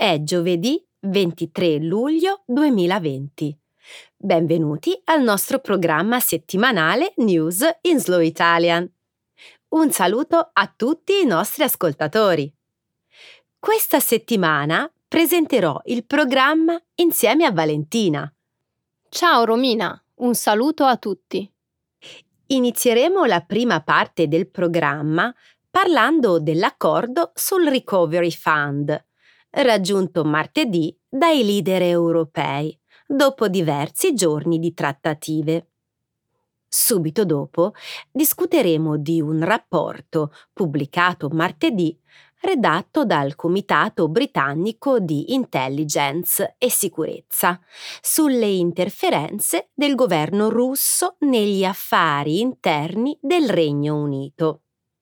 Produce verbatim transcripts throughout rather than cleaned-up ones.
È giovedì ventitré luglio duemilaventi. Benvenuti al nostro programma settimanale News in Slow Italian. Un saluto a tutti i nostri ascoltatori. Questa settimana presenterò il programma insieme a Valentina. Ciao Romina, un saluto a tutti. Inizieremo la prima parte del programma parlando dell'accordo sul Recovery Fund, raggiunto martedì dai leader europei, dopo diversi giorni di trattative. Subito dopo discuteremo di un rapporto pubblicato martedì redatto dal Comitato Britannico di Intelligence e Sicurezza sulle interferenze del governo russo negli affari interni del Regno Unito.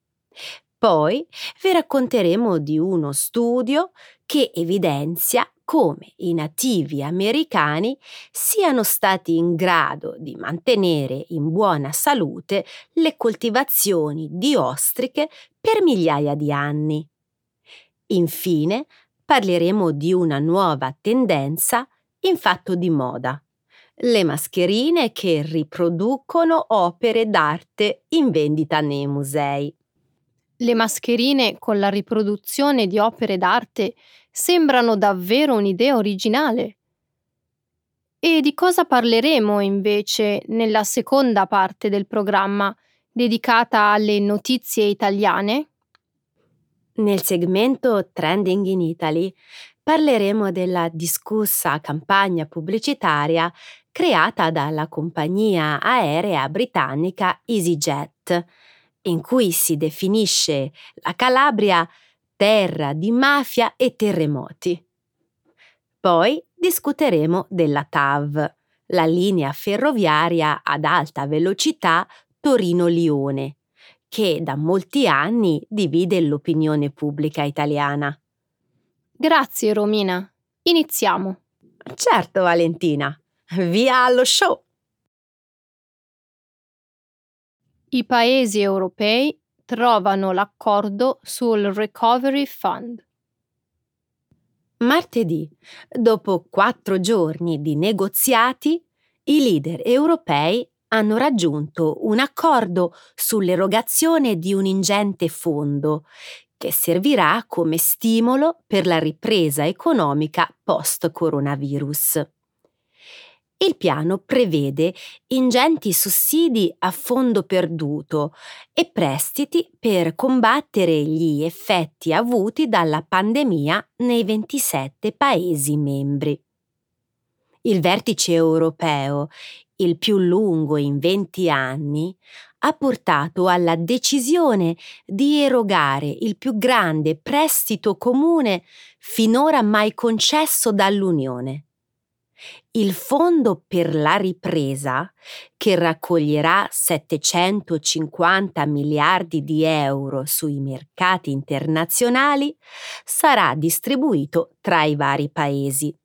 Poi vi racconteremo di uno studio che evidenzia come i nativi americani siano stati in grado di mantenere in buona salute le coltivazioni di ostriche per migliaia di anni. Infine, parleremo di una nuova tendenza in fatto di moda: le mascherine che riproducono opere d'arte in vendita nei musei. Le mascherine con la riproduzione di opere d'arte sembrano davvero un'idea originale. E di cosa parleremo invece nella seconda parte del programma, dedicata alle notizie italiane? Nel segmento Trending in Italy parleremo della discussa campagna pubblicitaria creata dalla compagnia aerea britannica EasyJet, in cui si definisce la Calabria terra di mafia e terremoti. Poi discuteremo della T A V, la linea ferroviaria ad alta velocità Torino-Lione, che da molti anni divide l'opinione pubblica italiana. Grazie Romina. Iniziamo. Certo, Valentina. Via allo show! I paesi europei trovano l'accordo sul Recovery Fund. Martedì, dopo quattro giorni di negoziati, i leader europei hanno raggiunto un accordo sull'erogazione di un ingente fondo che servirà come stimolo per la ripresa economica post-coronavirus. Il piano prevede ingenti sussidi a fondo perduto e prestiti per combattere gli effetti avuti dalla pandemia nei ventisette Paesi membri. Il vertice europeo, il più lungo in venti anni, ha portato alla decisione di erogare il più grande prestito comune finora mai concesso dall'Unione. Il Fondo per la ripresa, che raccoglierà settecentocinquanta miliardi di euro sui mercati internazionali, sarà distribuito tra i vari paesi.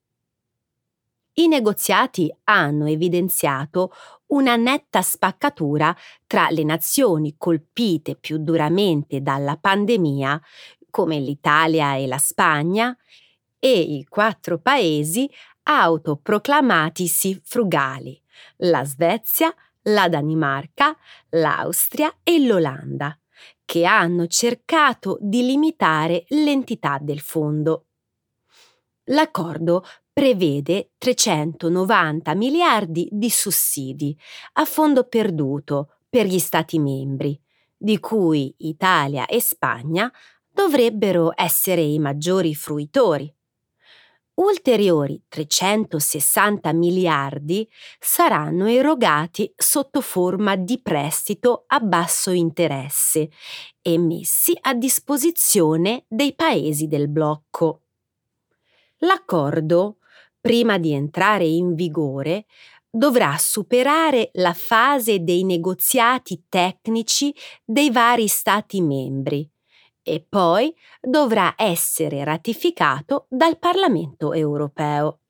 I negoziati hanno evidenziato una netta spaccatura tra le nazioni colpite più duramente dalla pandemia, come l'Italia e la Spagna, e i quattro paesi autoproclamatisi frugali: la Svezia, la Danimarca, l'Austria e l'Olanda, che hanno cercato di limitare l'entità del fondo. L'accordo prevede trecentonovanta miliardi di sussidi a fondo perduto per gli Stati membri, di cui Italia e Spagna dovrebbero essere i maggiori fruitori. Ulteriori trecentosessanta miliardi saranno erogati sotto forma di prestito a basso interesse e messi a disposizione dei paesi del blocco. L'accordo, prima di entrare in vigore, dovrà superare la fase dei negoziati tecnici dei vari Stati membri e poi dovrà essere ratificato dal Parlamento europeo.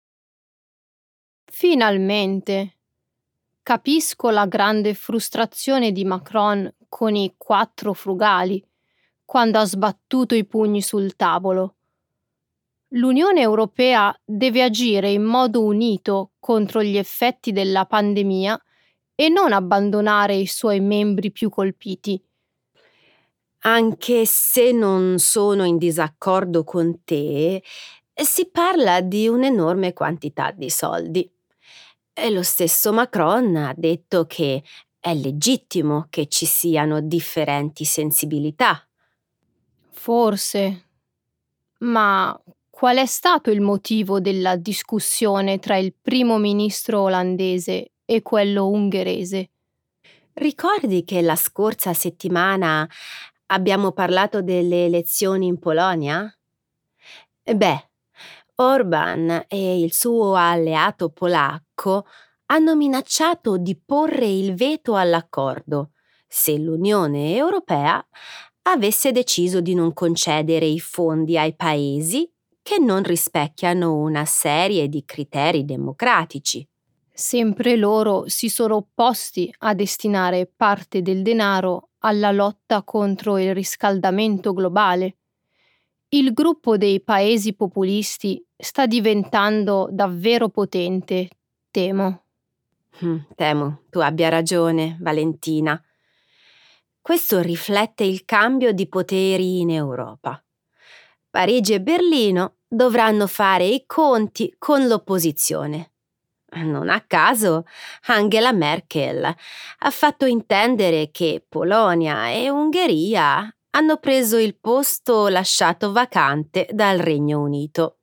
Finalmente! Capisco la grande frustrazione di Macron con i quattro frugali, quando ha sbattuto i pugni sul tavolo. L'Unione Europea deve agire in modo unito contro gli effetti della pandemia e non abbandonare i suoi membri più colpiti. Anche se non sono in disaccordo con te, si parla di un'enorme quantità di soldi. E lo stesso Macron ha detto che è legittimo che ci siano differenti sensibilità. Forse. Ma qual è stato il motivo della discussione tra il primo ministro olandese e quello ungherese? Ricordi che la scorsa settimana abbiamo parlato delle elezioni in Polonia? Beh, Orban e il suo alleato polacco hanno minacciato di porre il veto all'accordo se l'Unione Europea avesse deciso di non concedere i fondi ai paesi che non rispecchiano una serie di criteri democratici. Sempre loro si sono opposti a destinare parte del denaro alla lotta contro il riscaldamento globale. Il gruppo dei paesi populisti sta diventando davvero potente, temo. Mm, temo tu abbia ragione, Valentina. Questo riflette il cambio di poteri in Europa. Parigi e Berlino dovranno fare i conti con l'opposizione. Non a caso, Angela Merkel ha fatto intendere che Polonia e Ungheria hanno preso il posto lasciato vacante dal Regno Unito.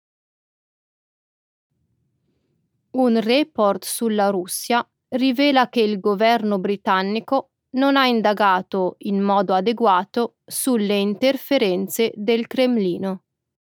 Un report sulla Russia rivela che il governo britannico non ha indagato in modo adeguato sulle interferenze del Cremlino.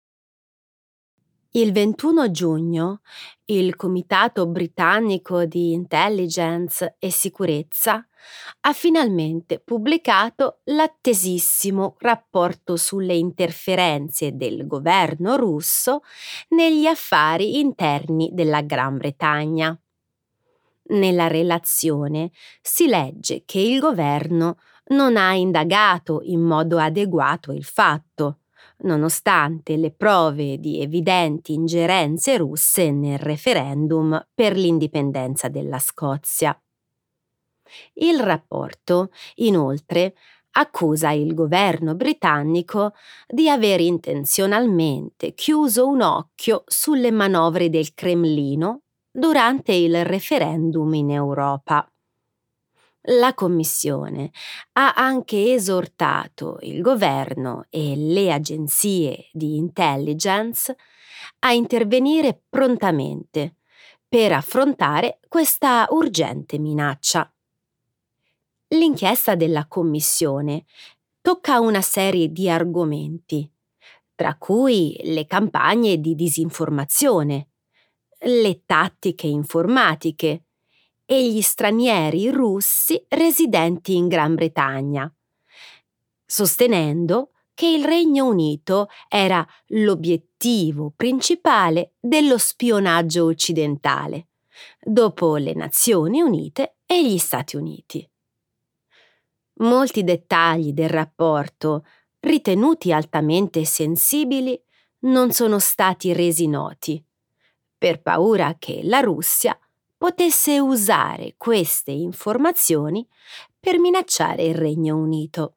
Il ventuno giugno il Comitato britannico di Intelligence e Sicurezza ha finalmente pubblicato l'attesissimo rapporto sulle interferenze del governo russo negli affari interni della Gran Bretagna. Nella relazione si legge che il governo non ha indagato in modo adeguato il fatto, nonostante le prove di evidenti ingerenze russe nel referendum per l'indipendenza della Scozia. Il rapporto, inoltre, accusa il governo britannico di aver intenzionalmente chiuso un occhio sulle manovre del Cremlino durante il referendum in Europa. La Commissione ha anche esortato il governo e le agenzie di intelligence a intervenire prontamente per affrontare questa urgente minaccia. L'inchiesta della Commissione tocca una serie di argomenti, tra cui le campagne di disinformazione, le tattiche informatiche e gli stranieri russi residenti in Gran Bretagna, sostenendo che il Regno Unito era l'obiettivo principale dello spionaggio occidentale, dopo le Nazioni Unite e gli Stati Uniti. Molti dettagli del rapporto, ritenuti altamente sensibili, non sono stati resi noti, per paura che la Russia potesse usare queste informazioni per minacciare il Regno Unito.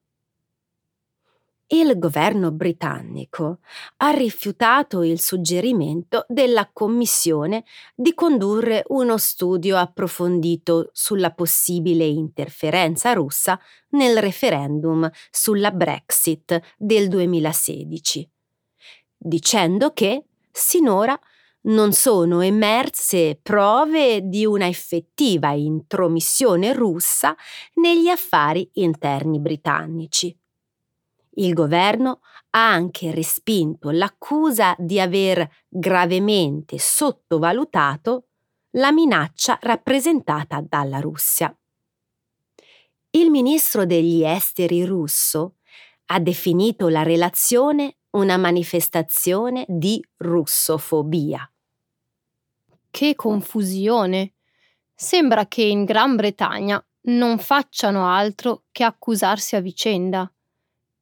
Il governo britannico ha rifiutato il suggerimento della Commissione di condurre uno studio approfondito sulla possibile interferenza russa nel referendum sulla Brexit del duemilasedici, dicendo che, sinora, non sono emerse prove di una effettiva intromissione russa negli affari interni britannici. Il governo ha anche respinto l'accusa di aver gravemente sottovalutato la minaccia rappresentata dalla Russia. Il ministro degli esteri russo ha definito la relazione una manifestazione di russofobia. Che confusione! Sembra che in Gran Bretagna non facciano altro che accusarsi a vicenda.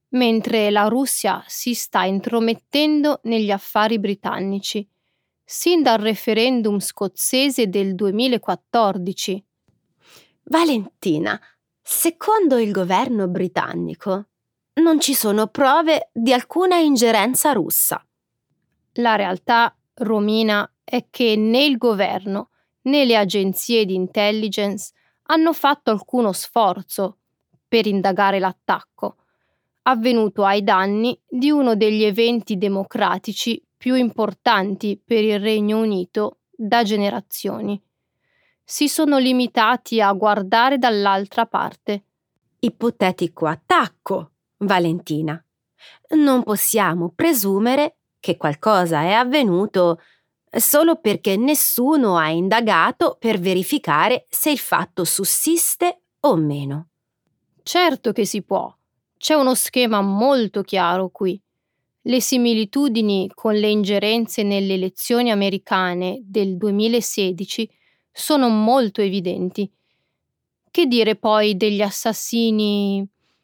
mentre la Russia si sta intromettendo negli affari britannici, sin dal referendum scozzese del duemilaquattordici. Valentina, secondo il governo britannico, non ci sono prove di alcuna ingerenza russa. La realtà, Romina, è che né il governo né le agenzie di intelligence hanno fatto alcuno sforzo per indagare l'attacco, avvenuto ai danni di uno degli eventi democratici più importanti per il Regno Unito da generazioni. Si sono limitati a guardare dall'altra parte. Ipotetico attacco, Valentina. Non possiamo presumere che qualcosa è avvenuto solo perché nessuno ha indagato per verificare se il fatto sussiste o meno. Certo che si può. C'è uno schema molto chiaro qui. Le similitudini con le ingerenze nelle elezioni americane del duemilasedici sono molto evidenti. Che dire poi degli assassini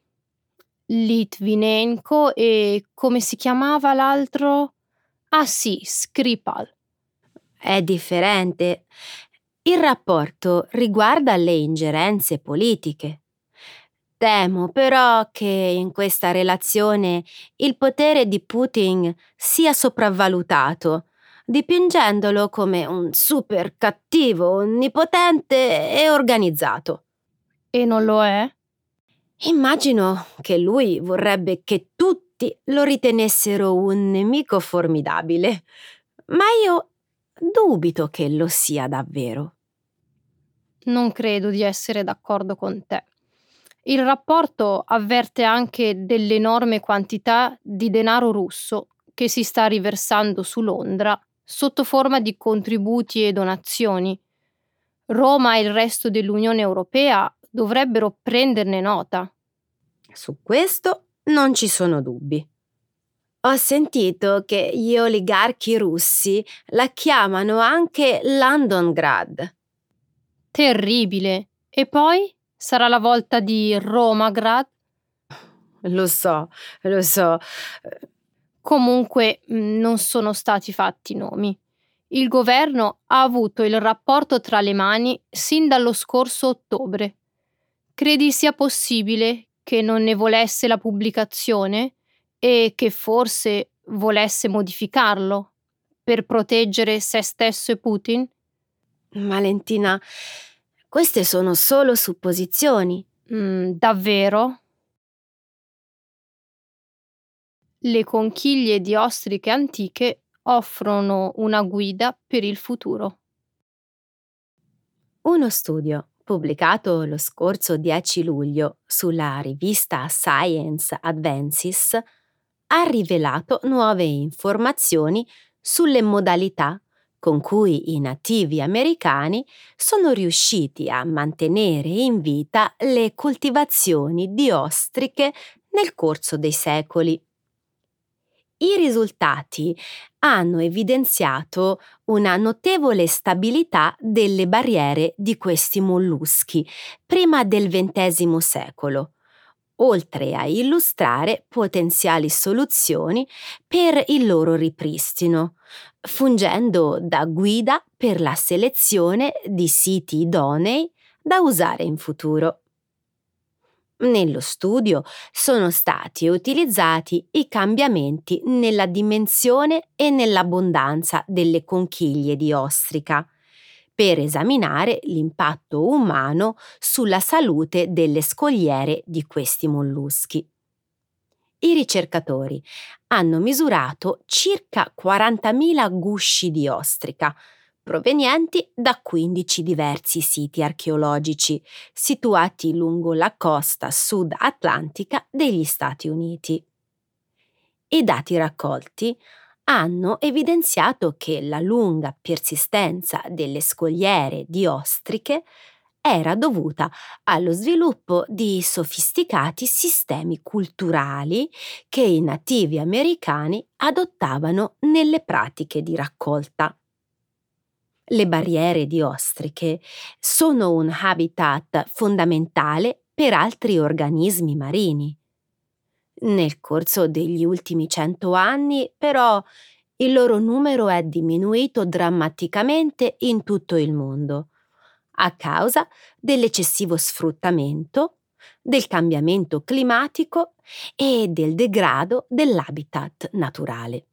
Litvinenko e come si chiamava l'altro? Ah sì, Skripal. È differente. Il rapporto riguarda le ingerenze politiche. Temo però che in questa relazione il potere di Putin sia sopravvalutato, dipingendolo come un super cattivo, onnipotente e organizzato. E non lo è? Immagino che lui vorrebbe che tutti lo ritenessero un nemico formidabile, ma io dubito che lo sia davvero. Non credo di essere d'accordo con te. Il rapporto avverte anche dell'enorme quantità di denaro russo che si sta riversando su Londra sotto forma di contributi e donazioni. Roma e il resto dell'Unione Europea dovrebbero prenderne nota. Su questo non ci sono dubbi. Ho sentito che gli oligarchi russi la chiamano anche Londongrad. Terribile. E poi sarà la volta di Romagrad? Lo so, lo so. Comunque mh, non sono stati fatti nomi. Il governo ha avuto il rapporto tra le mani sin dallo scorso ottobre. Credi sia possibile che non ne volesse la pubblicazione e che forse volesse modificarlo per proteggere se stesso e Putin? Valentina, queste sono solo supposizioni. Mm, davvero? Le conchiglie di ostriche antiche offrono una guida per il futuro. Uno studio pubblicato lo scorso dieci luglio sulla rivista Science Advances ha rivelato nuove informazioni sulle modalità con cui i nativi americani sono riusciti a mantenere in vita le coltivazioni di ostriche nel corso dei secoli. I risultati hanno evidenziato una notevole stabilità delle barriere di questi molluschi prima del ventesimo secolo, oltre a illustrare potenziali soluzioni per il loro ripristino, fungendo da guida per la selezione di siti idonei da usare in futuro. Nello studio sono stati utilizzati i cambiamenti nella dimensione e nell'abbondanza delle conchiglie di ostrica per esaminare l'impatto umano sulla salute delle scogliere di questi molluschi. I ricercatori hanno misurato circa quarantamila gusci di ostrica, provenienti da quindici diversi siti archeologici situati lungo la costa sud atlantica degli Stati Uniti. I dati raccolti hanno evidenziato che la lunga persistenza delle scogliere di ostriche era dovuta allo sviluppo di sofisticati sistemi culturali che i nativi americani adottavano nelle pratiche di raccolta. Le barriere di ostriche sono un habitat fondamentale per altri organismi marini. Nel corso degli ultimi cento anni, però, il loro numero è diminuito drammaticamente in tutto il mondo, a causa dell'eccessivo sfruttamento, del cambiamento climatico e del degrado dell'habitat naturale.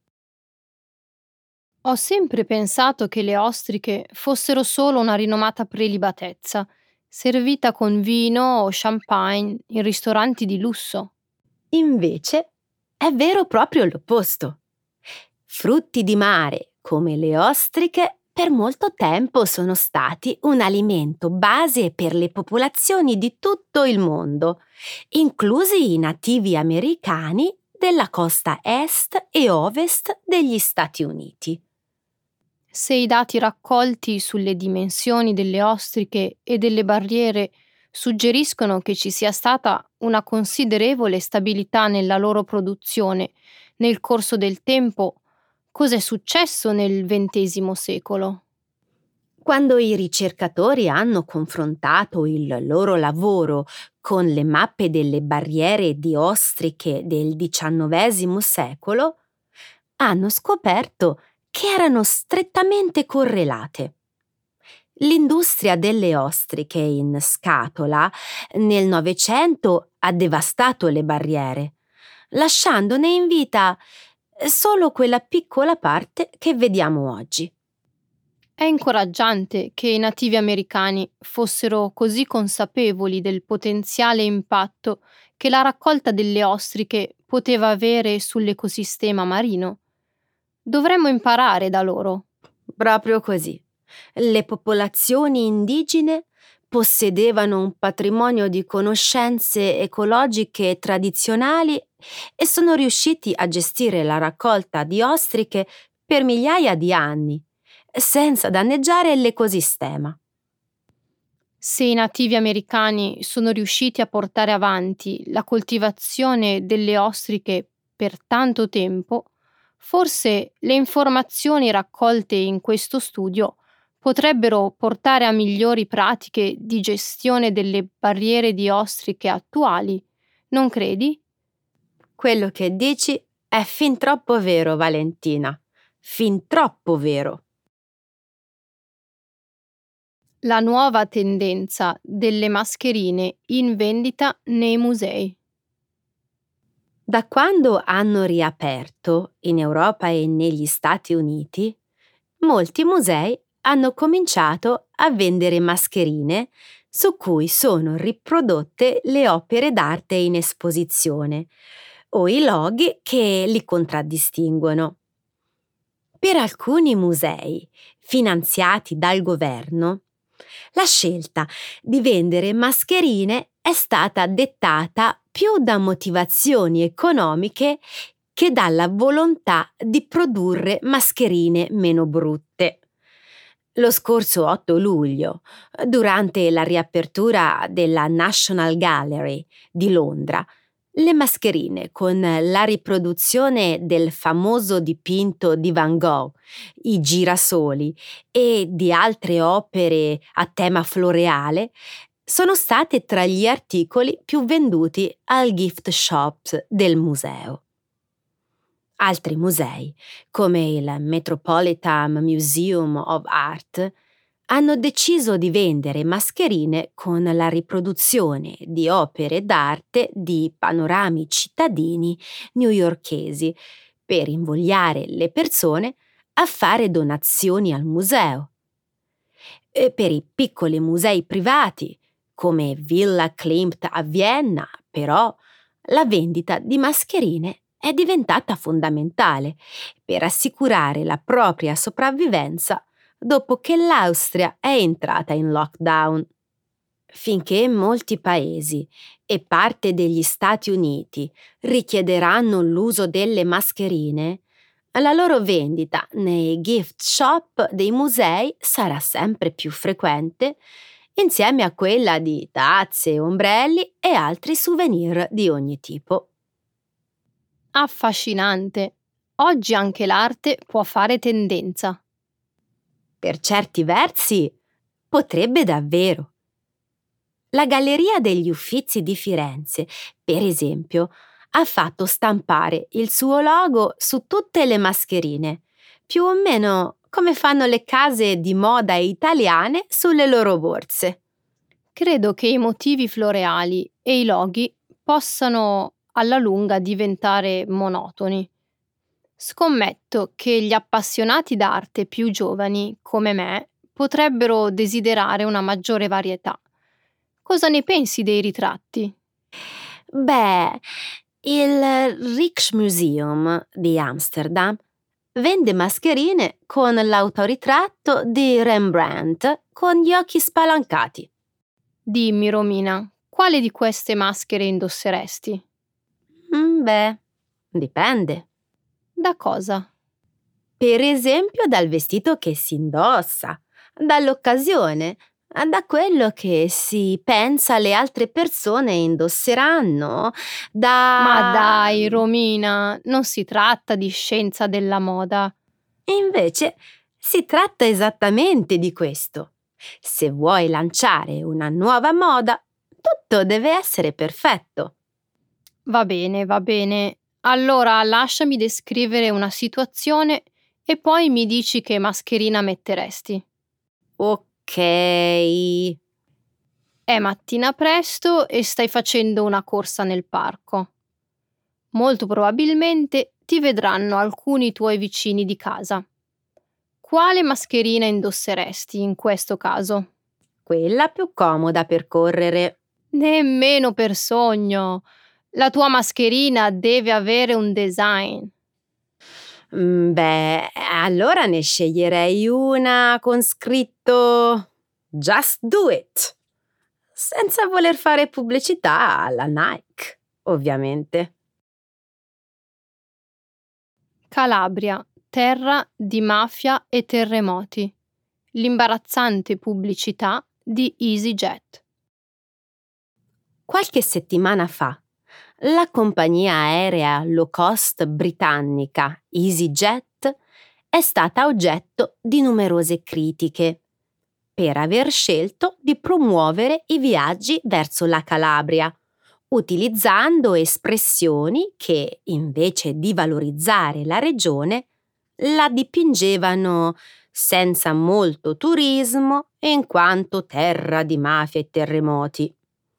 Ho sempre pensato che le ostriche fossero solo una rinomata prelibatezza, servita con vino o champagne in ristoranti di lusso. Invece, è vero proprio l'opposto. Frutti di mare, come le ostriche, per molto tempo sono stati un alimento base per le popolazioni di tutto il mondo, inclusi i nativi americani della costa est e ovest degli Stati Uniti. Se i dati raccolti sulle dimensioni delle ostriche e delle barriere suggeriscono che ci sia stata una considerevole stabilità nella loro produzione nel corso del tempo, cos'è successo nel ventesimo secolo? Quando i ricercatori hanno confrontato il loro lavoro con le mappe delle barriere di ostriche del diciannovesimo secolo, hanno scoperto che erano strettamente correlate. L'industria delle ostriche in scatola nel Novecento ha devastato le barriere, lasciandone in vita solo quella piccola parte che vediamo oggi. È incoraggiante che i nativi americani fossero così consapevoli del potenziale impatto che la raccolta delle ostriche poteva avere sull'ecosistema marino. Dovremmo imparare da loro. Proprio così. Le popolazioni indigene possedevano un patrimonio di conoscenze ecologiche tradizionali e sono riusciti a gestire la raccolta di ostriche per migliaia di anni, senza danneggiare l'ecosistema. Se i nativi americani sono riusciti a portare avanti la coltivazione delle ostriche per tanto tempo, forse le informazioni raccolte in questo studio potrebbero portare a migliori pratiche di gestione delle barriere di ostriche attuali, non credi? Quello che dici è fin troppo vero, Valentina. Fin troppo vero. La nuova tendenza delle mascherine in vendita nei musei. Da quando hanno riaperto in Europa e negli Stati Uniti, molti musei hanno cominciato a vendere mascherine su cui sono riprodotte le opere d'arte in esposizione o i loghi che li contraddistinguono. Per alcuni musei, finanziati dal governo, la scelta di vendere mascherine è stata dettata più da motivazioni economiche che dalla volontà di produrre mascherine meno brutte. Lo scorso otto luglio, durante la riapertura della National Gallery di Londra, le mascherine con la riproduzione del famoso dipinto di Van Gogh, i girasoli e di altre opere a tema floreale sono state tra gli articoli più venduti al gift shop del museo. Altri musei, come il Metropolitan Museum of Art, hanno deciso di vendere mascherine con la riproduzione di opere d'arte di panorami cittadini newyorkesi per invogliare le persone a fare donazioni al museo. E per i piccoli musei privati, come Villa Klimt a Vienna, però, la vendita di mascherine è diventata fondamentale per assicurare la propria sopravvivenza dopo che l'Austria è entrata in lockdown. Finché molti paesi e parte degli Stati Uniti richiederanno l'uso delle mascherine, la loro vendita nei gift shop dei musei sarà sempre più frequente, insieme a quella di tazze, ombrelli e altri souvenir di ogni tipo. Affascinante. Oggi anche l'arte può fare tendenza. Per certi versi, potrebbe davvero. La Galleria degli Uffizi di Firenze, per esempio, ha fatto stampare il suo logo su tutte le mascherine, più o meno come fanno le case di moda italiane sulle loro borse. Credo che i motivi floreali e i loghi possano alla lunga diventare monotoni. Scommetto che gli appassionati d'arte più giovani, come me, potrebbero desiderare una maggiore varietà. Cosa ne pensi dei ritratti? Beh, il Rijksmuseum di Amsterdam vende mascherine con l'autoritratto di Rembrandt con gli occhi spalancati. Dimmi, Romina, quale di queste maschere indosseresti? Mm, beh, dipende. Da cosa? Per esempio dal vestito che si indossa, dall'occasione, da quello che si pensa le altre persone indosseranno, Ma da... dai, Romina, non si tratta di scienza della moda. E invece si tratta esattamente di questo. Se vuoi lanciare una nuova moda, tutto deve essere perfetto. Va bene, va bene. Allora lasciami descrivere una situazione e poi mi dici che mascherina metteresti. Ok. È mattina presto e stai facendo una corsa nel parco. Molto probabilmente ti vedranno alcuni tuoi vicini di casa. Quale mascherina indosseresti in questo caso? Quella più comoda per correre. Nemmeno per sogno. La tua mascherina deve avere un design. Mm, Beh, allora ne sceglierei una con scritto Just Do It, senza voler fare pubblicità alla Nike, ovviamente. Calabria, terra di mafia e terremoti. L'imbarazzante pubblicità di EasyJet. Qualche settimana fa, la compagnia aerea low cost britannica EasyJet è stata oggetto di numerose critiche per aver scelto di promuovere i viaggi verso la Calabria, utilizzando espressioni che, invece di valorizzare la regione, la dipingevano senza molto turismo in quanto terra di mafia e terremoti.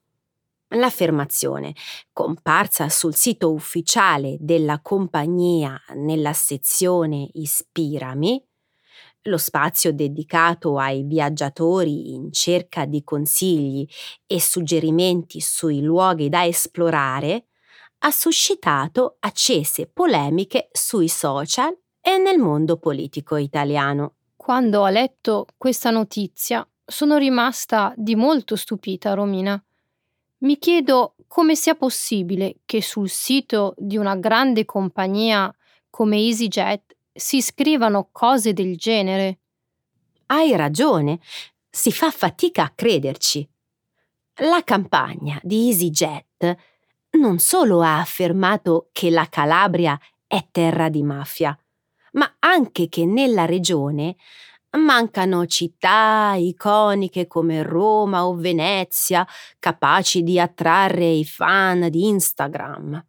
L'affermazione, comparsa sul sito ufficiale della compagnia nella sezione Ispirami, lo spazio dedicato ai viaggiatori in cerca di consigli e suggerimenti sui luoghi da esplorare, ha suscitato accese polemiche sui social e nel mondo politico italiano. Quando ho letto questa notizia, sono rimasta di molto stupita, Romina. Mi chiedo come sia possibile che sul sito di una grande compagnia come EasyJet si scrivano cose del genere. Hai ragione, si fa fatica a crederci. La campagna di EasyJet non solo ha affermato che la Calabria è terra di mafia, ma anche che nella regione mancano città iconiche come Roma o Venezia, capaci di attrarre i fan di Instagram.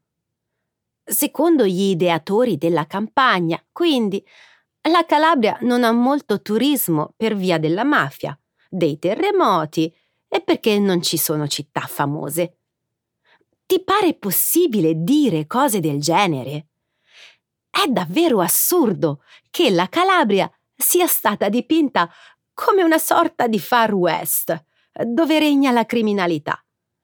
Secondo gli ideatori della campagna, quindi, la Calabria non ha molto turismo per via della mafia, dei terremoti e perché non ci sono città famose. Ti pare possibile dire cose del genere? È davvero assurdo che la Calabria sia stata dipinta come una sorta di Far West, dove regna la criminalità.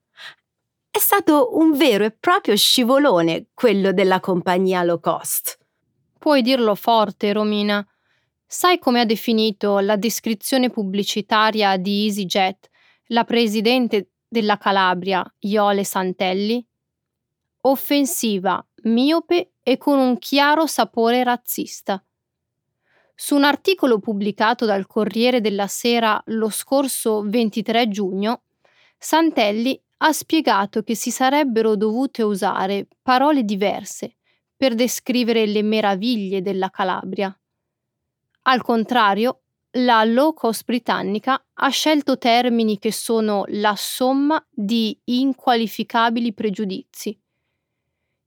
È stato un vero e proprio scivolone quello della compagnia low cost. Puoi dirlo forte, Romina. Sai come ha definito la descrizione pubblicitaria di EasyJet la presidente della Calabria, Iole Santelli? Offensiva, miope e con un chiaro sapore razzista. Su un articolo pubblicato dal Corriere della Sera lo scorso ventitré giugno, Santelli ha spiegato che si sarebbero dovute usare parole diverse per descrivere le meraviglie della Calabria. Al contrario, la low cost britannica ha scelto termini che sono la somma di inqualificabili pregiudizi.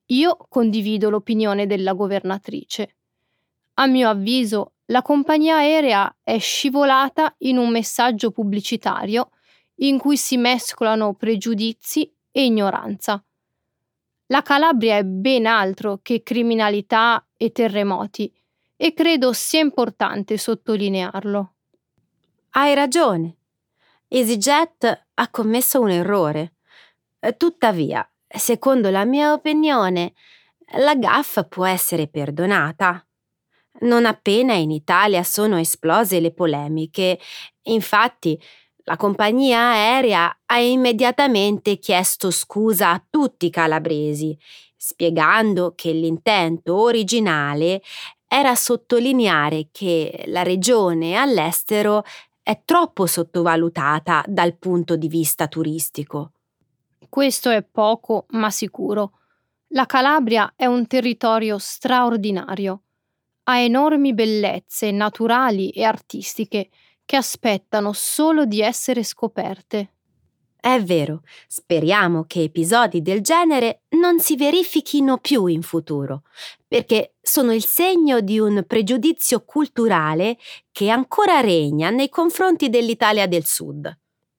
Io condivido l'opinione della governatrice. A mio avviso, la compagnia aerea è scivolata in un messaggio pubblicitario in cui si mescolano pregiudizi e ignoranza. La Calabria è ben altro che criminalità e terremoti e credo sia importante sottolinearlo. Hai ragione. EasyJet ha commesso un errore. Eh, Tuttavia, secondo la mia opinione, la gaffa può essere perdonata. Non appena in Italia sono esplose le polemiche, infatti, la compagnia aerea ha immediatamente chiesto scusa a tutti i calabresi, spiegando che l'intento originale era sottolineare che la regione all'estero è troppo sottovalutata dal punto di vista turistico. Questo è poco ma sicuro. La Calabria è un territorio straordinario. Ha enormi bellezze naturali e artistiche che aspettano solo di essere scoperte. È vero, speriamo che episodi del genere non si verifichino più in futuro, perché sono il segno di un pregiudizio culturale che ancora regna nei confronti dell'Italia del Sud.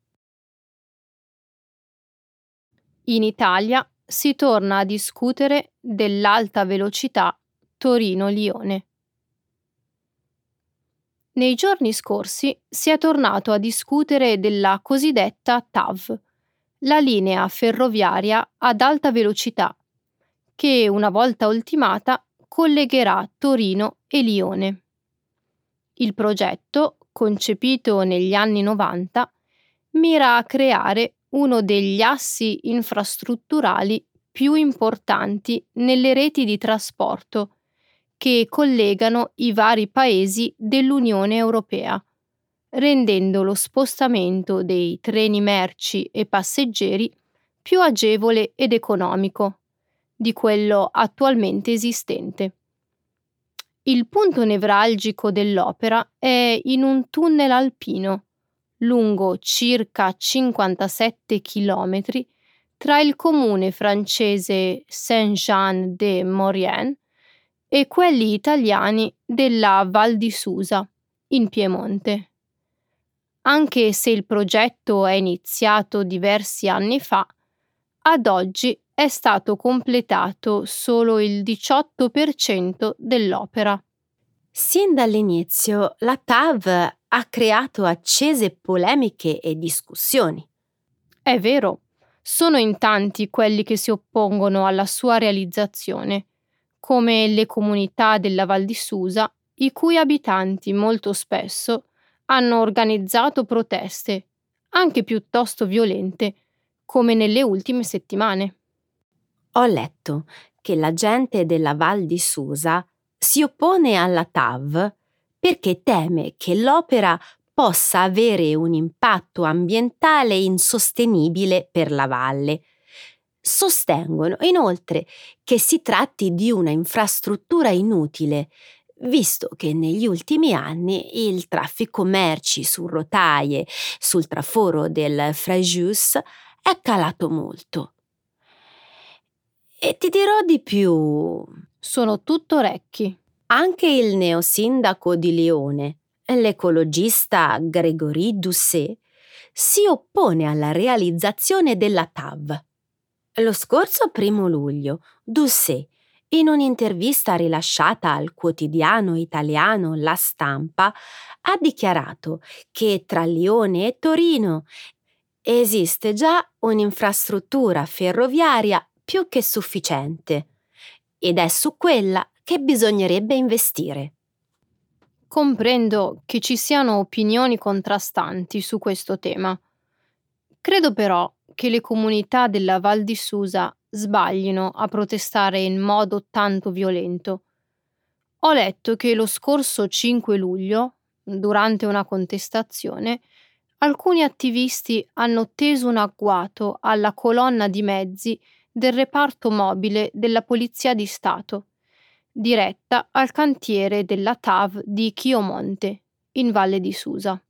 In Italia si torna a discutere dell'alta velocità Torino-Lione. Nei giorni scorsi si è tornato a discutere della cosiddetta T A V, la linea ferroviaria ad alta velocità, che una volta ultimata collegherà Torino e Lione. Il progetto, concepito negli anni novanta, mira a creare uno degli assi infrastrutturali più importanti nelle reti di trasporto che collegano i vari paesi dell'Unione Europea, rendendo lo spostamento dei treni merci e passeggeri più agevole ed economico di quello attualmente esistente. Il punto nevralgico dell'opera è in un tunnel alpino, lungo circa cinquantasette chilometri, tra il comune francese Saint-Jean-de-Maurienne e quelli italiani della Val di Susa, in Piemonte. Anche se il progetto è iniziato diversi anni fa, ad oggi è stato completato solo il diciotto per cento dell'opera. Sin dall'inizio la T A V ha creato accese polemiche e discussioni. È vero, sono in tanti quelli che si oppongono alla sua realizzazione, come le comunità della Val di Susa, i cui abitanti molto spesso hanno organizzato proteste, anche piuttosto violente, come nelle ultime settimane. Ho letto che la gente della Val di Susa si oppone alla T A V perché teme che l'opera possa avere un impatto ambientale insostenibile per la valle. Sostengono inoltre che si tratti di una infrastruttura inutile, visto che negli ultimi anni il traffico merci su rotaie sul traforo del Frejus è calato molto. E ti dirò di più. Sono tutto orecchi. Anche il neosindaco di Lione, l'ecologista Grégory Doucet, si oppone alla realizzazione della T A V. Lo scorso primo luglio, Doucet, in un'intervista rilasciata al quotidiano italiano La Stampa, ha dichiarato che tra Lione e Torino esiste già un'infrastruttura ferroviaria più che sufficiente ed è su quella che bisognerebbe investire. Comprendo che ci siano opinioni contrastanti su questo tema. Credo però che le comunità della Val di Susa sbaglino a protestare in modo tanto violento. Ho letto che lo scorso cinque luglio, durante una contestazione, alcuni attivisti hanno teso un agguato alla colonna di mezzi del reparto mobile della Polizia di Stato, diretta al cantiere della T A V di Chiomonte, in Valle di Susa.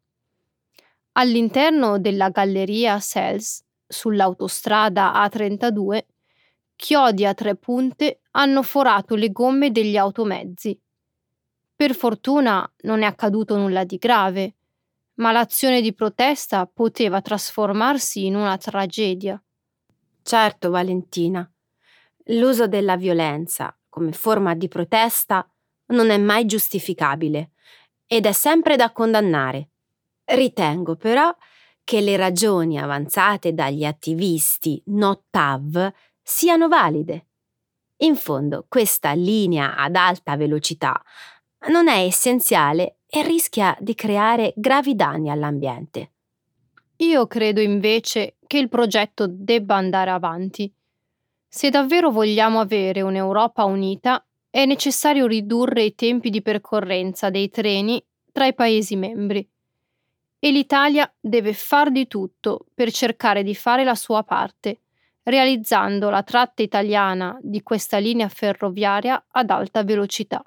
All'interno della galleria Sels, sull'autostrada A trentadue, chiodi a tre punte hanno forato le gomme degli automezzi. Per fortuna non è accaduto nulla di grave, ma l'azione di protesta poteva trasformarsi in una tragedia. Certo, Valentina, l'uso della violenza come forma di protesta non è mai giustificabile ed è sempre da condannare. Ritengo però che le ragioni avanzate dagli attivisti no T A V siano valide. In fondo, questa linea ad alta velocità non è essenziale e rischia di creare gravi danni all'ambiente. Io credo invece che il progetto debba andare avanti. Se davvero vogliamo avere un'Europa unita, è necessario ridurre i tempi di percorrenza dei treni tra i Paesi membri. E l'Italia deve far di tutto per cercare di fare la sua parte, realizzando la tratta italiana di questa linea ferroviaria ad alta velocità.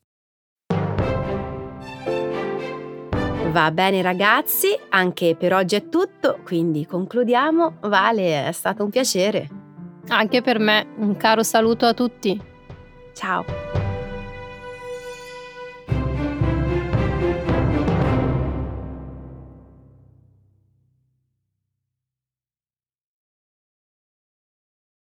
Va bene ragazzi, anche per oggi è tutto, quindi concludiamo. Vale, è stato un piacere. Anche per me, un caro saluto a tutti. Ciao.